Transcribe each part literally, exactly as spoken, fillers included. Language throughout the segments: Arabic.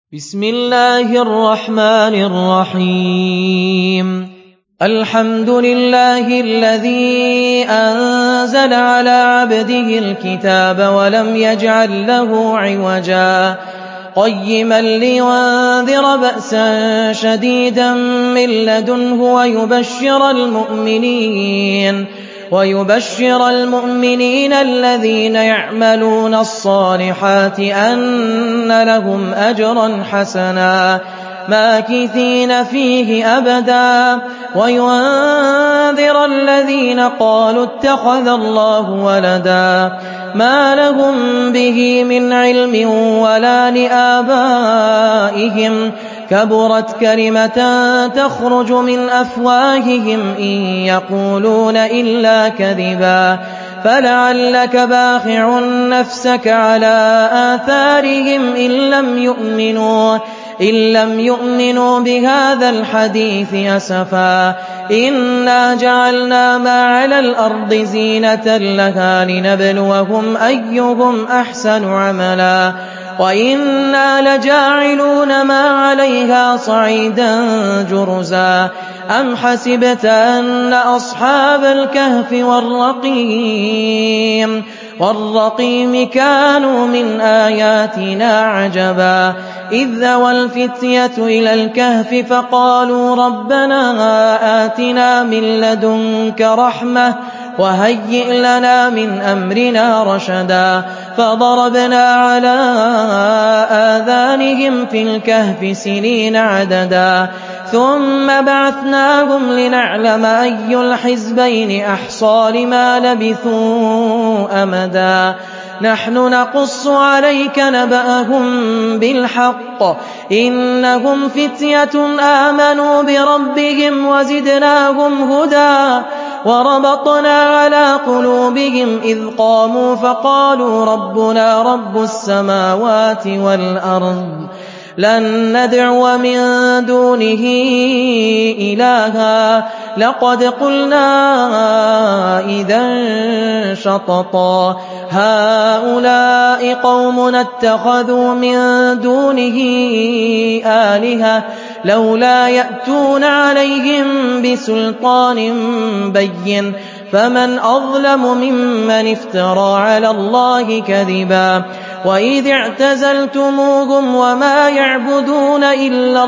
بسم الله الرحمن الرحيم الحمد لله الذي أنزل على عبده الكتاب ولم يجعل له عوجا قيما لينذر بأسا شديدا من لدنه ويبشر المؤمنين ويبشر المؤمنين الذين يعملون الصالحات أن لهم أجرا حسنا ماكثين فيه أبدا وينذر الذين قالوا اتخذ الله ولدا ما لهم به من علم ولا لآبائهم كبرت كلمة تخرج من أفواههم إن يقولون إلا كذبا فلعلك باخع نفسك على آثارهم إن لم يؤمنوا إن لم يؤمنوا بهذا الحديث أسفا إنا جعلنا ما على الأرض زينة لها لنبلوهم أيهم أحسن عملا وإنا لجاعلون ما عليها صعيدا جرزا أم حسبت أن أصحاب الكهف والرقيم والرقيم كانوا من آياتنا عجبا إذ أوى الفتية إلى الكهف فقالوا ربنا آتنا من لدنك رحمة وهيئ لنا من أمرنا رشدا فضربنا على آذانهم في الكهف سنين عددا ثم بعثناهم لنعلم أي الحزبين أحصى لما لبثوا أمدا نحن نقص عليك نبأهم بالحق إنهم فتية آمنوا بربهم وزدناهم هدى وربطنا على قلوبهم إذ قاموا فقالوا ربنا رب السماوات والأرض لن ندعو من دونه إلها لقد قلنا إذا شططا هؤلاء قومنا اتخذوا من دونه آلهة لولا يأتون عليهم بسلطان بين فمن أظلم ممن افترى على الله كذبا وإذ اعتزلتموهم وما يعبدون إلا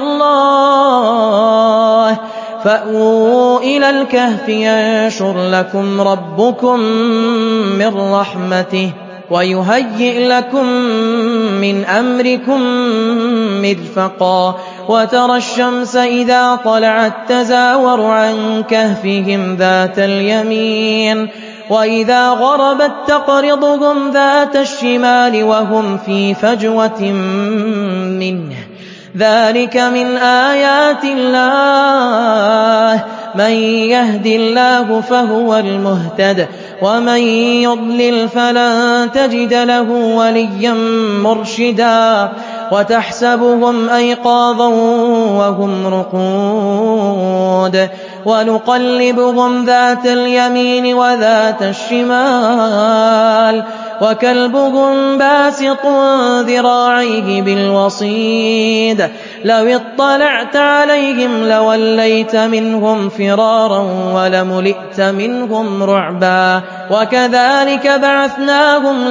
الله فأووا إلى الكهف ينشر لكم ربكم من رحمته ويهيئ لكم من أمركم مرفقا وترى الشمس إذا طلعت تزاور عن كهفهم ذات اليمين وإذا غربت تقرضهم ذات الشمال وهم في فجوة منه ذلك من آيات الله من يهد الله فهو المهتد ومن يضلل فلن تجد له وليا مرشدا وتحسبهم أيقاظا وهم رقود ونقلبهم ذات اليمين وذات الشمال وكلبهم باسط ذراعيه بالوصيد لو اطلعت عليهم لوليت منهم فرارا ولملئت منهم رعبا وكذلك بعثناهم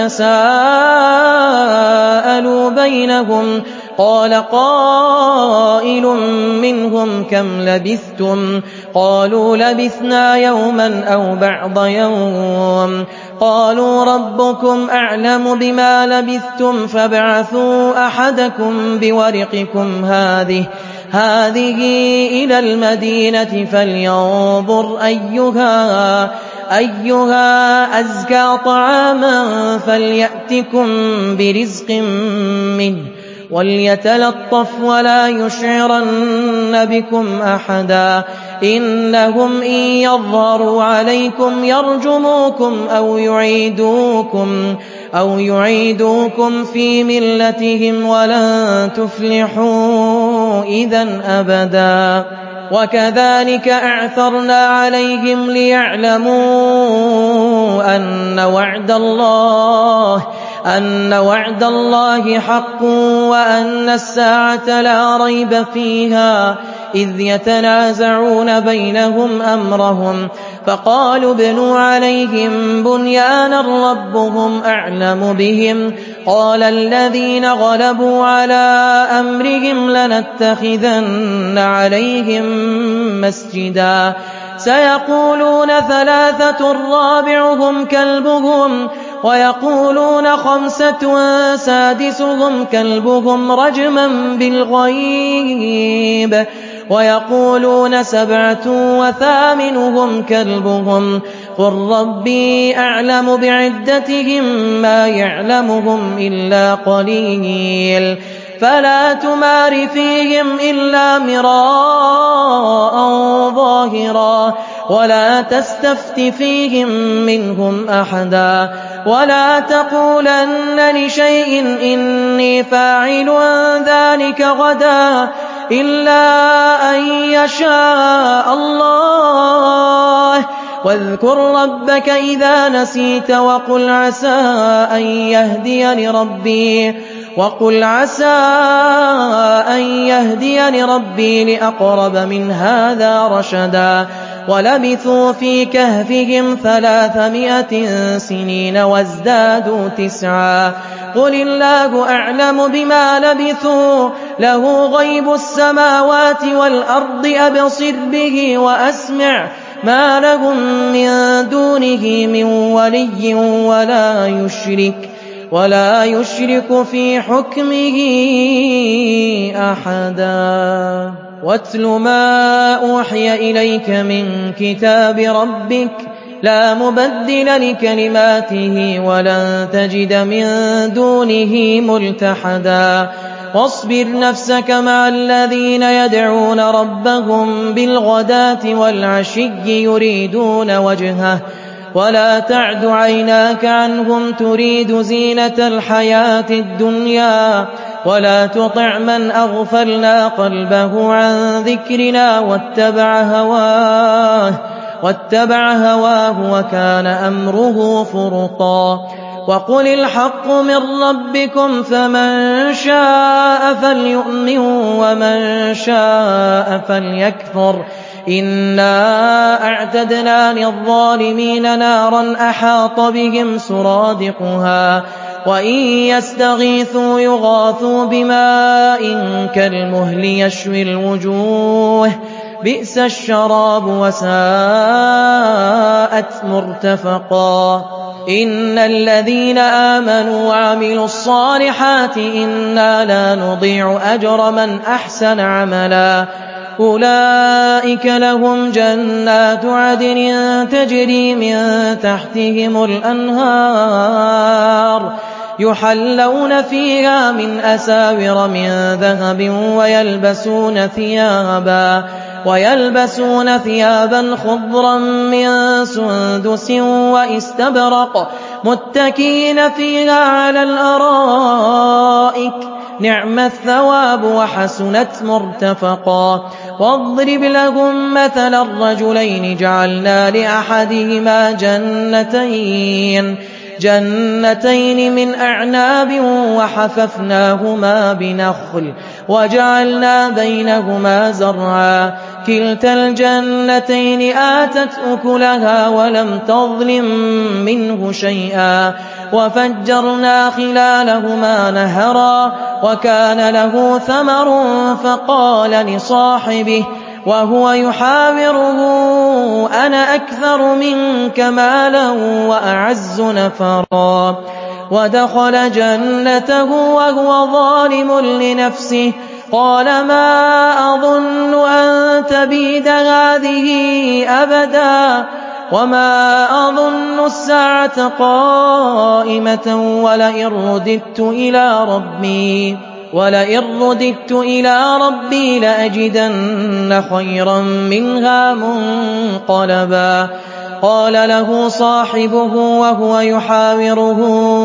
ليتساءلوا بينهم قال قائل منهم كم لبثتم قالوا لبثنا يوما أو بعض يوم قالوا ربكم أعلم بما لبثتم فابعثوا أحدكم بورقكم هذه هذه إلى المدينة فلينظر أيها أيها أزكى طعاما فليأتكم برزق منه وليتلطف ولا يشعرن بكم أحدا إنهم إن يظهروا عليكم يرجموكم أو يعيدوكم أو يعيدوكم في ملتهم ولن تفلحوا إذا أبدا وكذلك أعثرنا عليهم ليعلموا أن وعد الله أن وعد الله حق وأن الساعة لا ريب فيها إذ يتنازعون بينهم أمرهم فقالوا ابنوا عليهم بنيانا ربهم أعلم بهم قال الذين غلبوا على أمرهم لنتخذن عليهم مسجدا سيقولون ثلاثة رابعهم كلبهم ويقولون خمسة سادسهم كلبهم رجما بالغيب ويقولون سبعة وثامنهم كلبهم قل ربي أعلم بعدتهم ما يعلمهم إلا قليل فلا تمار فيهم إلا مراء ظاهرا ولا تستفت فيهم منهم أحدا ولا تقولن لشيء إني فاعل ذلك غدا إلا أن يشاء الله واذكر ربك إذا نسيت وقل عسى أن يهديني ربي وقل عسى أن يهديني ربي لأقرب من هذا رشدا ولبثوا في كهفهم ثلاثمائة سنين وازدادوا تسعا قل الله أعلم بما لبثوا له غيب السماوات والأرض أبصر به وأسمع ما لهم من دونه من ولي ولا يشرك ولا يشرك في حكمه أحدا واتل ما أوحي إليك من كتاب ربك لا مبدل لكلماته ولن تجد من دونه ملتحدا واصبر نفسك مع الذين يدعون ربهم بالغداة والعشي يريدون وجهه ولا تعد عيناك عنهم تريد زينة الحياة الدنيا ولا تطع من أغفلنا قلبه عن ذكرنا واتبع هواه واتبع هواه وكان أمره فرطا وقل الحق من ربكم فمن شاء فليؤمن ومن شاء فليكفر إنا أعتدنا للظالمين نارا أحاط بهم سرادقها وإن يستغيثوا يغاثوا بماء كالمهل يشوي الوجوه بئس الشراب وساءت مرتفقا إن الذين آمنوا وعملوا الصالحات إنا لا نضيع أجر من أحسن عملا أولئك لهم جنات عدن تجري من تحتهم الأنهار يحلون فيها من أساور من ذهب ويلبسون ثيابا ويلبسون ثيابا خضرا من سندس واستبرق متكئين فيها على الأرائك نعم الثواب وحسنت مرتفقا واضرب لهم مثل الرجلين جعلنا لأحدهما جنتين جنتين من أعناب وحففناهما بنخل وجعلنا بينهما زرعا كلتا الجنتين آتت أكلها ولم تظلم منه شيئا وفجرنا خلالهما نهرا وكان له ثمر فقال لصاحبه وهو يحاوره أنا أكثر منك مالا وأعز نفرا ودخل جنته وهو ظالم لنفسه قال ما أظن أن تبيد هذه أبدا وما أظن الساعة قائمة ولئن رددت إلى ربي ولئن رددت إلى ربي لأجدن خيرا منها منقلبا قال له صاحبه وهو يحاوره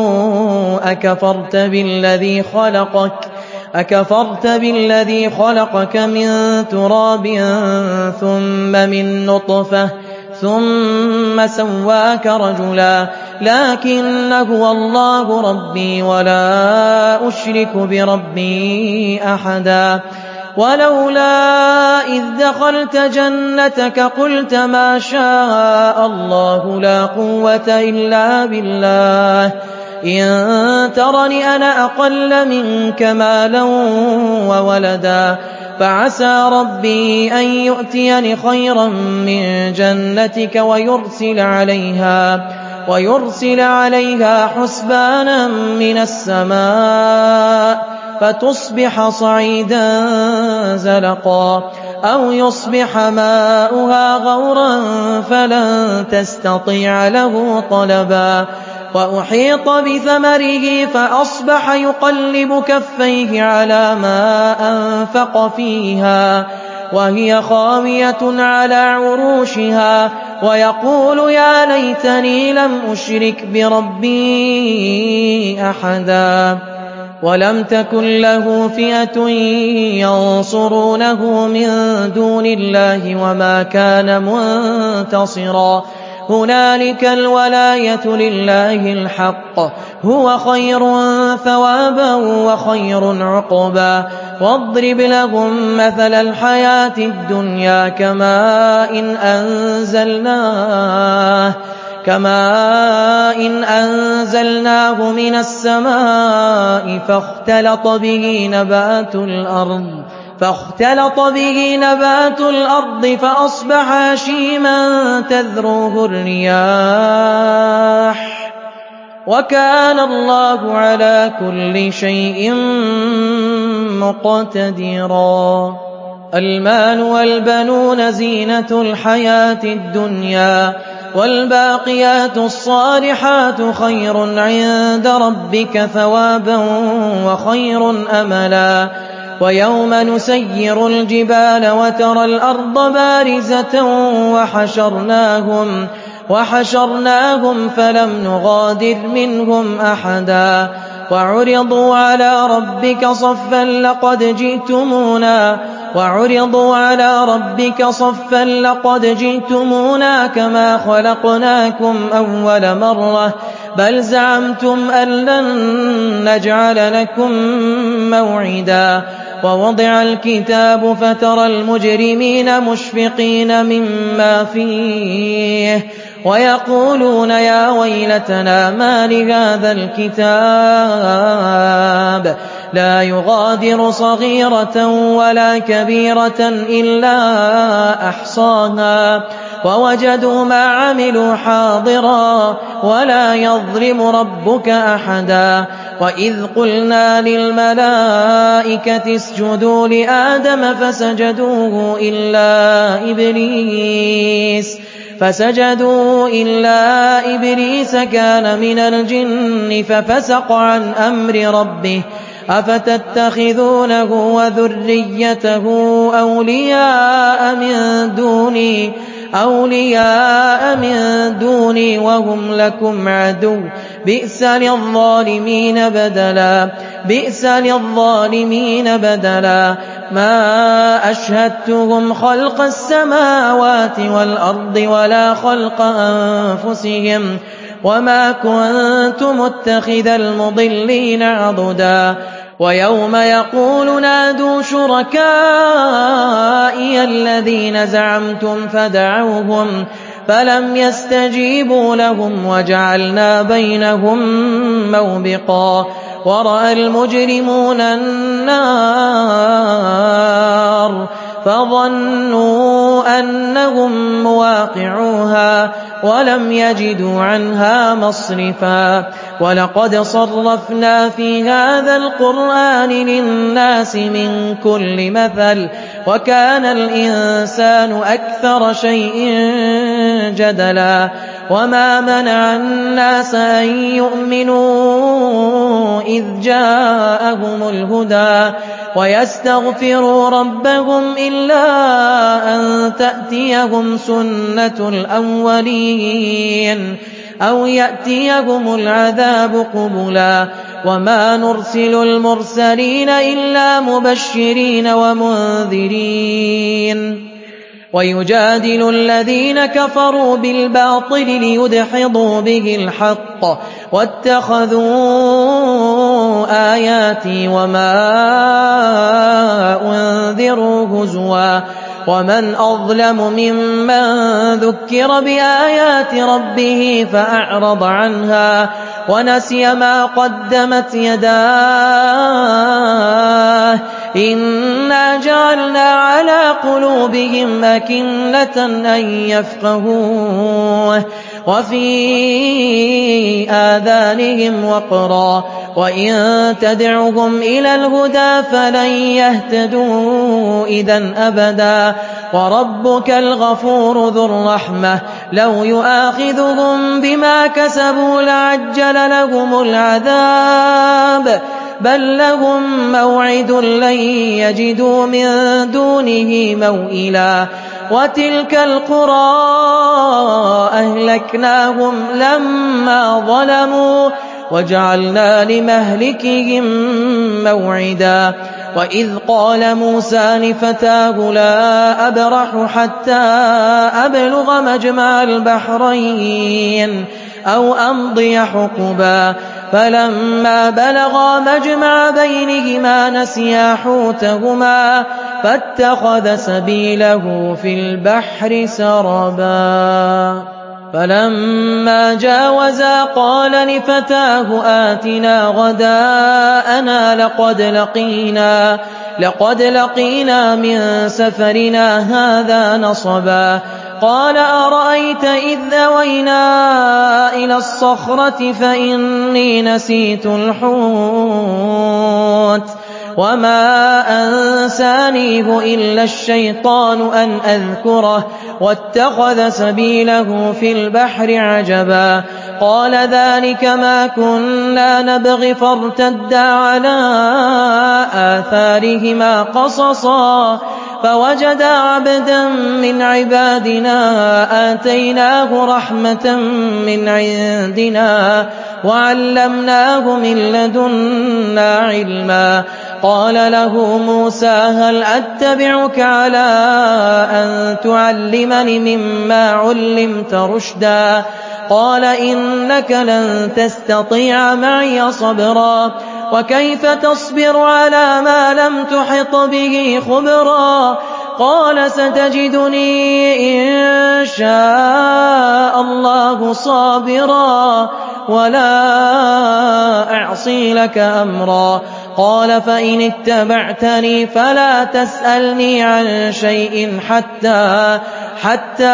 أكفرت بالذي خلقك أكفرت بالذي خلقك من تراب ثم من نطفة ثم سواك رجلا لكن هو الله ربي ولا أشرك بربي أحدا ولولا إذ دخلت جنتك قلت ما شاء الله لا قوة إلا بالله إن ترني أنا أقل منك مالا وولدا فعسى ربي أن يؤتيني خيرا من جنتك ويرسل عليها ويرسل عليها حسبانا من السماء فتصبح صعيدا زلقا أو يصبح ماؤها غورا فلن تستطيع له طلبا وأحيط بثمره فأصبح يقلب كفيه على ما أنفق فيها وهي خاوية على عروشها ويقول يا ليتني لم أشرك بربي أحدا ولم تكن له فئة ينصرونه من دون الله وما كان منتصرا هنالك الولاية لله الحق هو خير ثوابا وخير عقبا واضرب لهم مثل الحياة الدنيا كماء إن أنزلناه كماء إن أنزلناه من السماء فاختلط به نبات الأرض فاختلط به نبات الأرض فأصبح هشيما تذروه الرياح وكان الله على كل شيء مقتدرا المال والبنون زينة الحياة الدنيا والباقيات الصالحات خير عند ربك ثوابا وخير أملا ويوم نسير الجبال وترى الأرض بارزة وحشرناهم وحشرناهم فلم نغادر منهم أحدا وعرضوا على ربك صفا لقد جئتمونا وعرضوا على ربك صفا لقد جئتمونا كما خلقناكم أول مرة بل زعمتم أن لن نجعل لكم موعدا ووضع الكتاب فترى المجرمين مشفقين مما فيه ويقولون يا ويلتنا ما لهذا الكتاب لا يغادر صغيرة ولا كبيرة إلا أحصاها ووجدوا ما عملوا حاضرا ولا يظلم ربك أحدا وإذ قلنا للملائكة اسجدوا لآدم فسجدوا إلا إبليس فسجدوا إلا إبليس كان من الجن ففسق عن أمر ربه أفتتخذونه وذريته أولياء من دوني أولياء من دوني وهم لكم عدو بئس للظالمين بدلا بئس للظالمين بدلا ما أشهدتهم خلق السماوات والأرض ولا خلق أنفسهم وما كنت متخذ المضلين عضدا ويوم يقول نادوا شركائي الذين زعمتم فدعوهم فلم يستجيبوا لهم وجعلنا بينهم موبقا ورأى المجرمون النار فظنوا أنهم مواقعوها ولم يجدوا عنها مصرفا ولقد صرفنا في هذا القرآن للناس من كل مثل وكان الإنسان أكثر شيء جدلا وما منع الناس أن يؤمنوا إذ جاءهم الهدى ويستغفروا ربهم إلا أن تأتيهم سنة الأولين أو يأتيهم العذاب قبلا وما نرسل المرسلين إلا مبشرين ومنذرين ويجادل الذين كفروا بالباطل ليدحضوا به الحق واتخذوا آياتي وما أنذروا هزوا ومن أظلم ممن ذكر بآيات ربه فأعرض عنها ونسي ما قدمت يداه إنا جعلنا على قلوبهم أكنة أن يفقهوه وفي آذانهم وقرا وإن تدعهم إلى الهدى فلن يهتدوا إذا أبدا وربك الغفور ذو الرحمة لو يؤاخذهم بما كسبوا لعجل لهم العذاب بل لهم موعد لن يجدوا من دونه موئلا وتلك القرى أهلكناهم لما ظلموا وجعلنا لمهلكهم موعدا وإذ قال موسى لفتاه لا أبرح حتى أبلغ مجمع البحرين أو أمضي حقبا فلما بلغا مجمع بينهما نسيا حوتهما فاتخذ سبيله في البحر سربا فلما جاوزا قال لفتاه آتنا غداءنا لقد لقينا لقد لقينا من سفرنا هذا نصبا قال أرأيت إذ أوينا إلى الصخرة فإني نسيت الحوت وما أنسانيه إلا الشيطان أن أذكره واتخذ سبيله في البحر عجبا قال ذلك ما كنا نبغي فارتدا على آثارهما قصصا فوجدا عبدا من عبادنا آتيناه رحمة من عندنا وعلمناه من لدنا علما قال له موسى هل أتبعك على أن تعلمني مما علمت رشدا قال إنك لن تستطيع معي صبرا وكيف تصبر على ما لم تحط به خبرا قال ستجدني إن شاء الله صابرا ولا أعصي لك أمرا قال فإن اتبعتني فلا تسألني عن شيء حتى حتى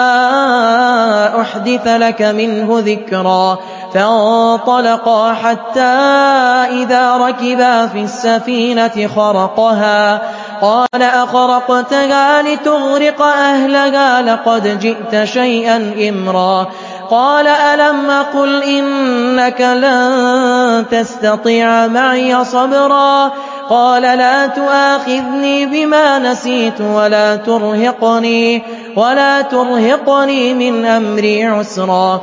أحدث لك منه ذكرا فانطلقا حتى إذا ركبا في السفينة خرقها قال أخرقتها لتغرق أهلها لقد جئت شيئا إمرا قال ألم أقل إنك لن تستطيع معي صبرا قال لا تؤاخذني بما نسيت ولا ترهقني ولا ترهقني من أمري عسرا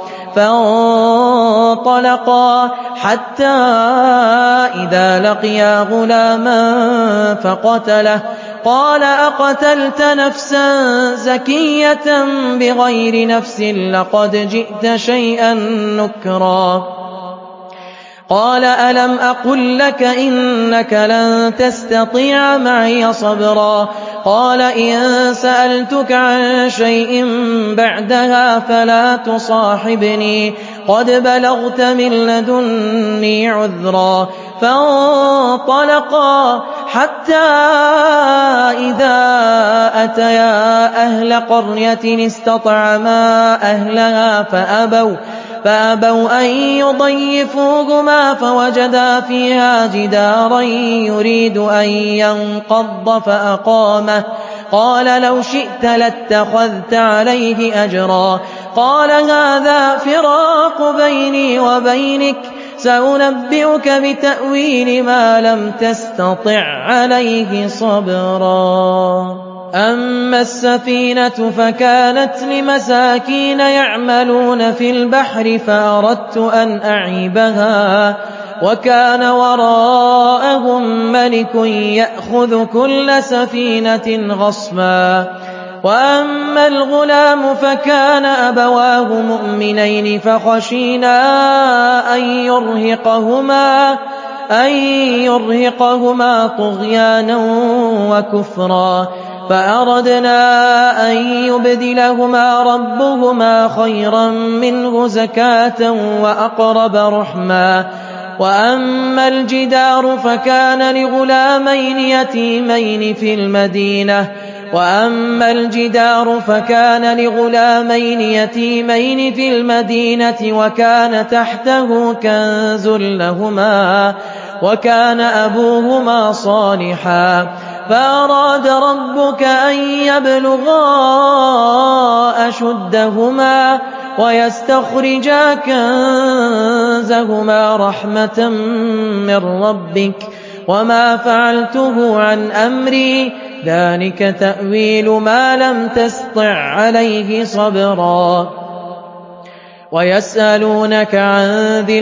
فانطلقا حتى إذا لقيا غلاما فقتله قال أقتلت نفسا زكية بغير نفس لقد جئت شيئا نكرا قال ألم أقل لك إنك لن تستطيع معي صبرا قال إن سألتك عن شيء بعدها فلا تصاحبني قد بلغت من لدني عذرا فانطلقا حتى إذا أتيا أهل قرية استطعما أهلها فأبوا فأبوا أن يضيفوهما فوجدا فيها جدارا يريد أن ينقض فأقامه قال لو شئت لاتخذت عليه أجرا قال هذا فراق بيني وبينك سأنبئك بتأويل ما لم تستطع عليه صبرا أما السفينة فكانت لمساكين يعملون في البحر فأردت أن أعيبها وكان وراءهم ملك يأخذ كل سفينة غصبا وأما الغلام فكان أبواه مؤمنين فخشينا أن يرهقهما أن يرهقهما طغيانا وكفرا فأردنا أن يبدلهما ربهما خيرا منه زكاة وأقرب رحما وأما الجدار فكان لغلامين يتيمين في المدينة وأما الجدار فكان لغلامين يتيمين في المدينة وكان تحته كنز لهما وكان أبوهما صالحا فأراد ربك أن يبلغا أشدهما ويستخرجا كنزهما رحمة من ربك وما فعلته عن أمري ذلك تأويل ما لم تسطع عليه صبرا ويسألونك عن ذي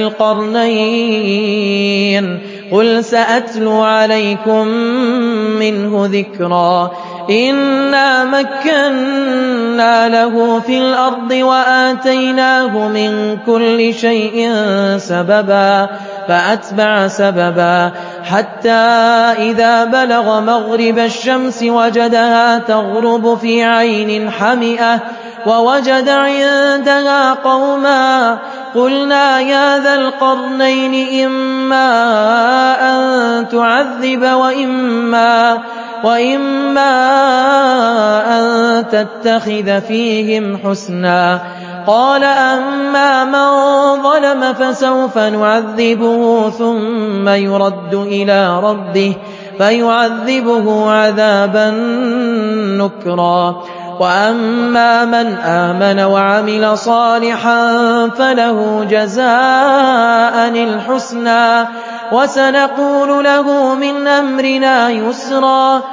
القرنين قل سأتلو عليكم منه ذكرا إنا مكنا له في الأرض وآتيناه من كل شيء سببا فأتبع سببا حتى إذا بلغ مغرب الشمس وجدها تغرب في عين حمئة ووجد عندها قوما قلنا يا ذا القرنين إما أن تعذب وإما, وإما أن تتخذ فيهم حسنا قال أما من ظلم فسوف نعذبه ثم يرد إلى ربه فيعذبه عذابا نكرا وأما من آمن وعمل صالحا فله جزاء الحسنى وسنقول له من أمرنا يسرا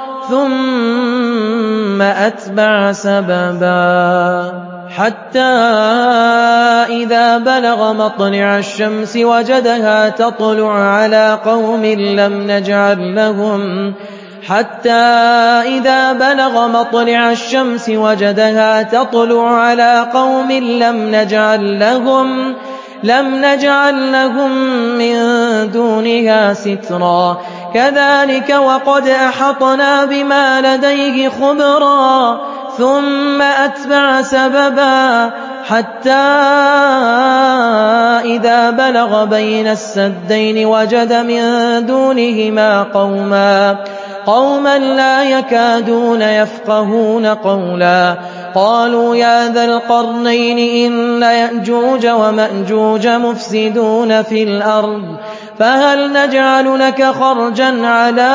ثم أتبع سببا حتى إذا بلغ مطلع الشمس وجدها تطلع على قوم لم نجعل لهم حتى إذا بلغ مطلع الشمس وجدها تطلع على قوم لم نجعل لهم لم نجعل لهم من دونها سترا كذلك وقد أحطنا بما لديه خبرا ثم أتبع سببا حتى إذا بلغ بين السدين وجد من دونهما قوما قوما لا يكادون يفقهون قولا قالوا يا ذا القرنين إن يأجوج ومأجوج مفسدون في الأرض فهل نجعل لك خرجا على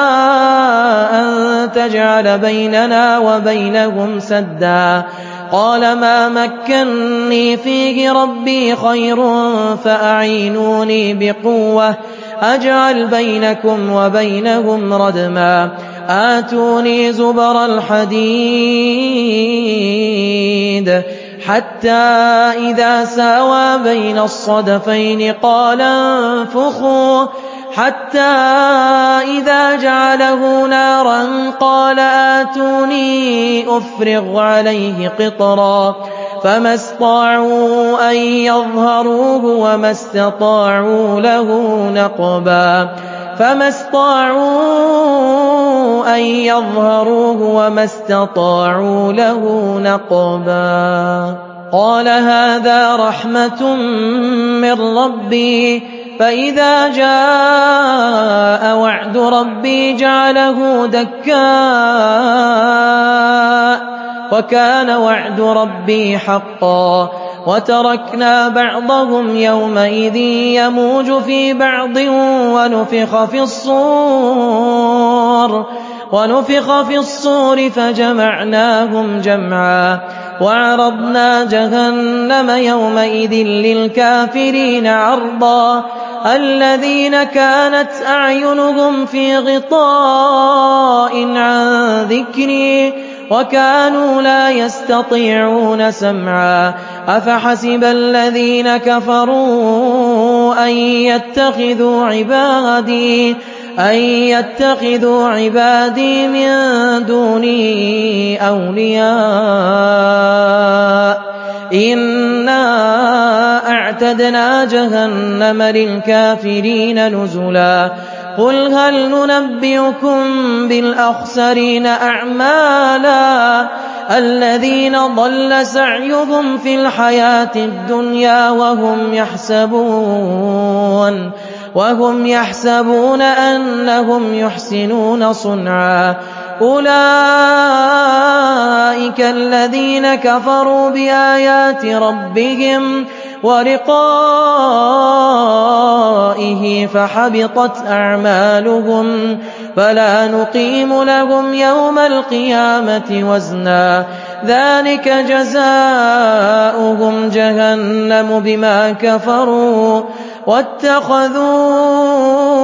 أن تجعل بيننا وبينهم سدا قال ما مكني فيه ربي خير فأعينوني بقوة أجعل بينكم وبينهم ردما آتوني زبر الحديد حتى إذا ساوى بين الصدفين قال انفخوا حتى إذا جعله نارا قال آتوني أفرغ عليه قطرا فما استطاعوا أن يظهروه وما استطاعوا له نقبا فما استطاعوا أن يظهروه وما استطاعوا له نقبا قال هذا رحمة من ربي فإذا جاء وعد ربي جعله دكاء وكان وعد ربي حقا وتركنا بعضهم يومئذ يموج في بعض ونفخ في الصور ونفخ في الصور فجمعناهم جمعا وعرضنا جهنم يومئذ للكافرين عرضا الذين كانت أعينهم في غطاء عن ذكري وكانوا لا يستطيعون سمعا أفحسب الذين كفروا أن يتخذوا عبادي أن يتخذوا عبادي من دوني أولياء إنا أعتدنا جهنم للكافرين نزلا قل هل ننبئكم بالأخسرين أعمالا الذين ضل سعيهم في الحياة الدنيا وهم يحسبون وهم يحسبون أنهم يحسنون صنعا أولئك الذين كفروا بآيات ربهم ولقائه فحبطت أعمالهم فلا نقيم لهم يوم القيامة وزنا ذلك جزاؤهم جهنم بما كفروا واتخذوا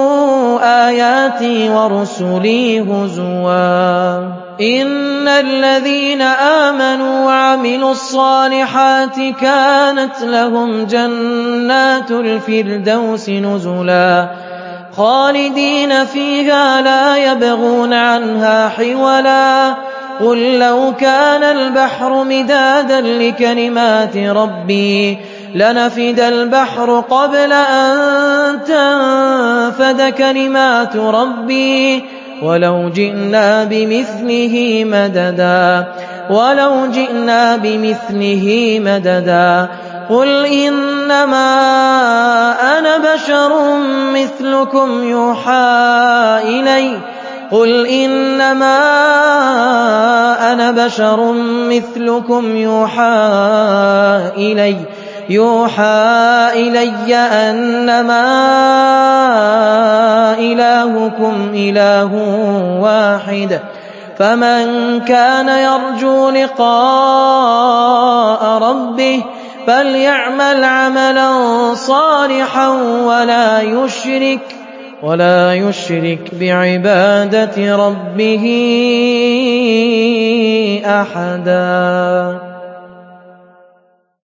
آياتي ورسلي هزوا إن الذين آمنوا وعملوا الصالحات كانت لهم جنات الفردوس نزلا خالدين فيها لا يبغون عنها حولا قل لو كان البحر مدادا لكلمات ربي لنفد البحر قبل أن تنفد كلمات ربي ولو جئنا بمثله مددا ولو جئنا بمثله مددا قل إنما أنا بشر مثلكم يوحى إلي قل إنما أنا بشر مثلكم يوحى إلي يوحى إلي أنما إلهكم إله واحد فمن كان يرجو لقاء ربه فليعمل عملا صالحا ولا يشرك ولا يشرك بعبادة ربه أحدا.